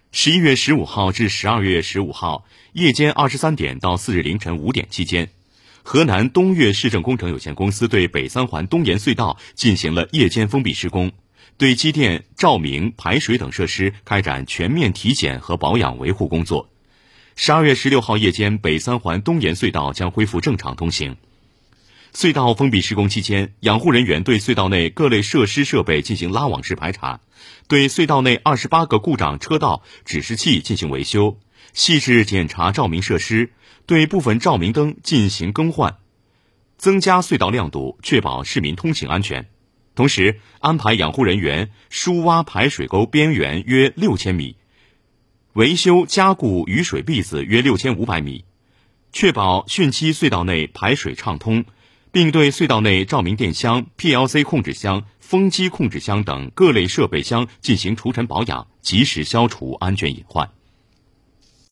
11月15号至12月15号夜间23点到次日凌晨5点期间，河南东岳市政工程有限公司对北三环东延隧道进行了夜间封闭施工，对机电、照明、排水等设施开展全面体检和保养维护工作。12月16号夜间，北三环东延隧道将恢复正常通行。隧道封闭施工期间，养护人员对隧道内各类设施设备进行拉网式排查，对隧道内28个故障车道指示器进行维修，细致检查照明设施，对部分照明灯进行更换，增加隧道亮度，确保市民通行安全。同时，安排养护人员疏挖排水沟边缘约6000米，维修加固雨水篦子约6500米，确保汛期隧道内排水畅通，并对隧道内照明电箱、PLC 控制箱、风机控制箱等各类设备箱进行除尘保养，及时消除安全隐患。